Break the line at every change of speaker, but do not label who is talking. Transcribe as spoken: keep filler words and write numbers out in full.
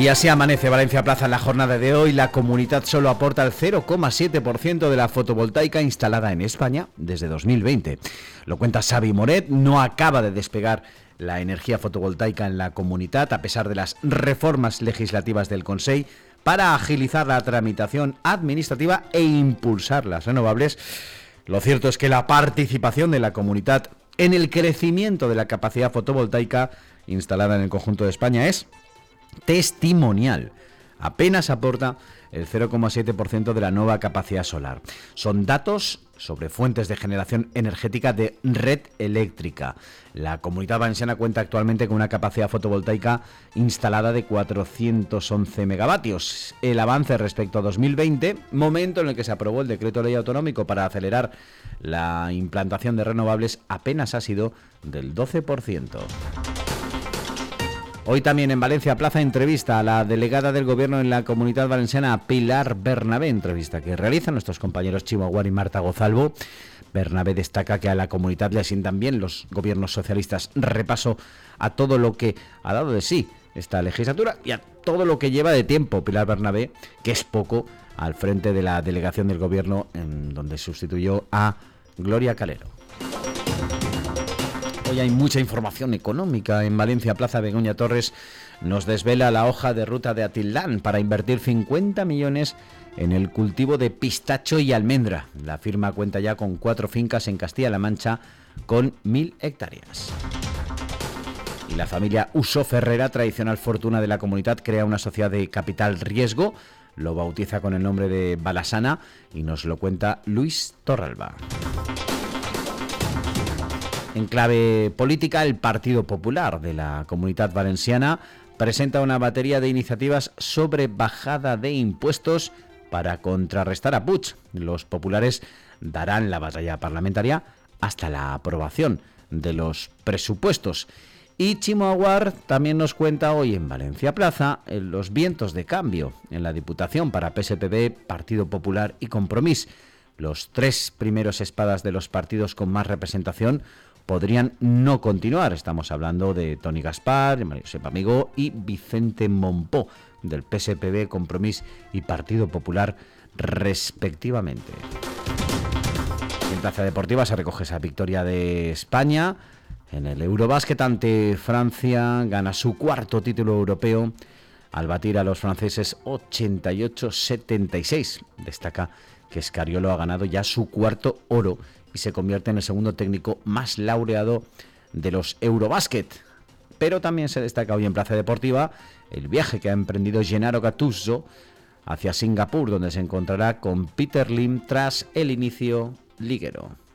Y así amanece Valencia Plaza en la jornada de hoy. La comunidad solo aporta el cero coma siete por ciento de la fotovoltaica instalada en España desde dos mil veinte. Lo cuenta Xavi Moret. No acaba de despegar la energía fotovoltaica en la comunidad a pesar de las reformas legislativas del Consell para agilizar la tramitación administrativa e impulsar las renovables. Lo cierto es que la participación de la comunidad en el crecimiento de la capacidad fotovoltaica instalada en el conjunto de España es testimonial. Apenas aporta el cero coma siete por ciento de la nueva capacidad solar. Son datos sobre fuentes de generación energética de red eléctrica. La Comunidad Valenciana cuenta actualmente con una capacidad fotovoltaica instalada de cuatrocientos once megavatios. El avance respecto a dos mil veinte, momento en el que se aprobó el decreto ley autonómico para acelerar la implantación de renovables, apenas ha sido del doce por ciento. Hoy también en Valencia Plaza entrevista a la delegada del Gobierno en la Comunidad Valenciana, Pilar Bernabé, entrevista que realizan nuestros compañeros Chimo Aguar y Marta Gozalvo. Bernabé destaca que a la comunidad le asientan bien los gobiernos socialistas. Repaso a todo lo que ha dado de sí esta legislatura y a todo lo que lleva de tiempo Pilar Bernabé, que es poco, al frente de la delegación del Gobierno, en donde sustituyó a Gloria Calero. Hoy hay mucha información económica. En Valencia Plaza, Begoña Torres nos desvela la hoja de ruta de Atilán para invertir cincuenta millones en el cultivo de pistacho y almendra. La firma cuenta ya con cuatro fincas en Castilla-La Mancha con mil hectáreas. Y la familia Uso Ferrera, tradicional fortuna de la comunidad, crea una sociedad de capital riesgo. Lo bautiza con el nombre de Balasana y nos lo cuenta Luis Torralba. En clave política, el Partido Popular de la Comunidad Valenciana presenta una batería de iniciativas sobre bajada de impuestos para contrarrestar a Puig. Los populares darán la batalla parlamentaria hasta la aprobación de los presupuestos. Y Chimo Aguar también nos cuenta hoy en Valencia Plaza en los vientos de cambio en la Diputación para P S P B, Partido Popular y Compromís. Los tres primeros espadas de los partidos con más representación podrían no continuar. Estamos hablando de Toni Gaspar, María Josep Amigó y Vicente Mompó, del P S P B, Compromís y Partido Popular, respectivamente. En Plaza Deportiva se recoge esa victoria de España en el Eurobásquet ante Francia. Gana su cuarto título europeo al batir a los franceses ochenta y ocho a setenta y seis. Destaca que Scariolo ha ganado ya su cuarto oro y se convierte en el segundo técnico más laureado de los Eurobásquet. Pero también se destaca hoy en Plaza Deportiva el viaje que ha emprendido Gennaro Gattuso hacia Singapur, donde se encontrará con Peter Lim tras el inicio liguero.